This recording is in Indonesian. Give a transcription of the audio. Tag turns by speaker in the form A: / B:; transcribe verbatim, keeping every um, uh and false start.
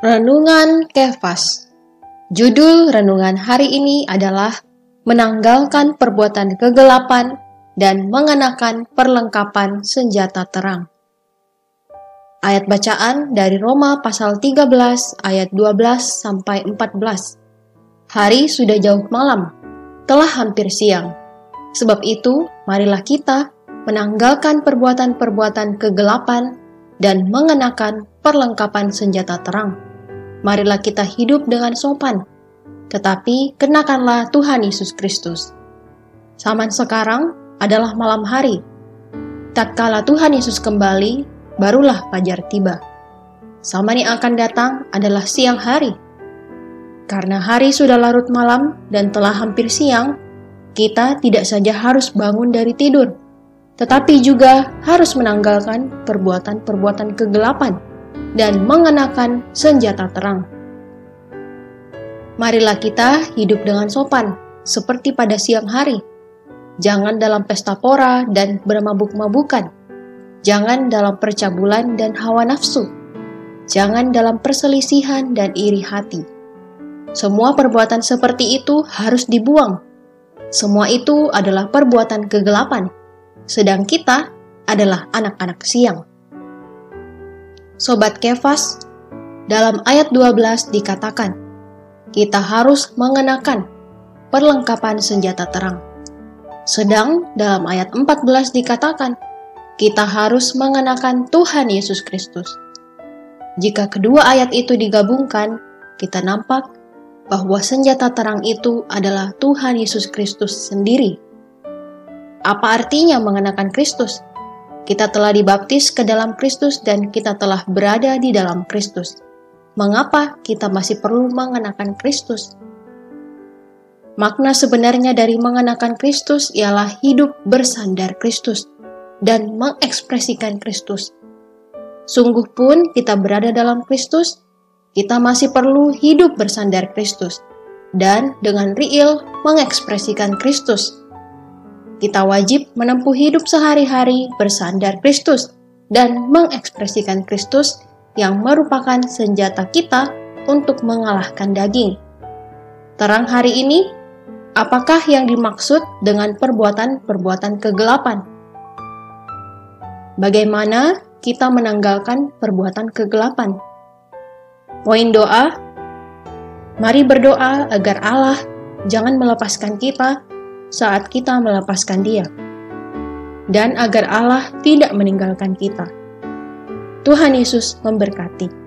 A: Renungan Kefas. Judul renungan hari ini adalah menanggalkan perbuatan kegelapan dan mengenakan perlengkapan senjata terang. Ayat bacaan dari Roma pasal tiga belas ayat dua belas sampai empat belas. Hari sudah jauh malam, telah hampir siang. Sebab itu, marilah kita menanggalkan perbuatan-perbuatan kegelapan dan mengenakan perlengkapan senjata terang. Marilah kita hidup dengan sopan, tetapi kenakanlah Tuhan Yesus Kristus. Zaman sekarang adalah malam hari. Tatkala Tuhan Yesus kembali, barulah fajar tiba. Zaman yang akan datang adalah siang hari. Karena hari sudah larut malam dan telah hampir siang, kita tidak saja harus bangun dari tidur, tetapi juga harus menanggalkan perbuatan-perbuatan kegelapan dan mengenakan senjata terang. Marilah kita hidup dengan sopan, seperti pada siang hari. Jangan dalam pesta pora dan bermabuk-mabukan. Jangan dalam percabulan dan hawa nafsu. Jangan dalam perselisihan dan iri hati. Semua perbuatan seperti itu harus dibuang. Semua itu adalah perbuatan kegelapan, sedang kita adalah anak-anak siang. Sobat Kefas, dalam ayat dua belas dikatakan, kita harus mengenakan perlengkapan senjata terang. Sedang dalam ayat empat belas dikatakan, kita harus mengenakan Tuhan Yesus Kristus. Jika kedua ayat itu digabungkan, kita nampak bahwa senjata terang itu adalah Tuhan Yesus Kristus sendiri. Apa artinya mengenakan Kristus? Kita telah dibaptis ke dalam Kristus dan kita telah berada di dalam Kristus. Mengapa kita masih perlu mengenakan Kristus? Makna sebenarnya dari mengenakan Kristus ialah hidup bersandar Kristus dan mengekspresikan Kristus. Sungguh pun kita berada dalam Kristus, kita masih perlu hidup bersandar Kristus dan dengan real mengekspresikan Kristus. Kita wajib menempuh hidup sehari-hari bersandar Kristus dan mengekspresikan Kristus yang merupakan senjata kita untuk mengalahkan daging. Terang hari ini, apakah yang dimaksud dengan perbuatan-perbuatan kegelapan? Bagaimana kita menanggalkan perbuatan kegelapan? Poin doa, mari berdoa agar Allah jangan melepaskan kita saat kita melepaskan Dia, dan agar Allah tidak meninggalkan kita. Tuhan Yesus memberkati.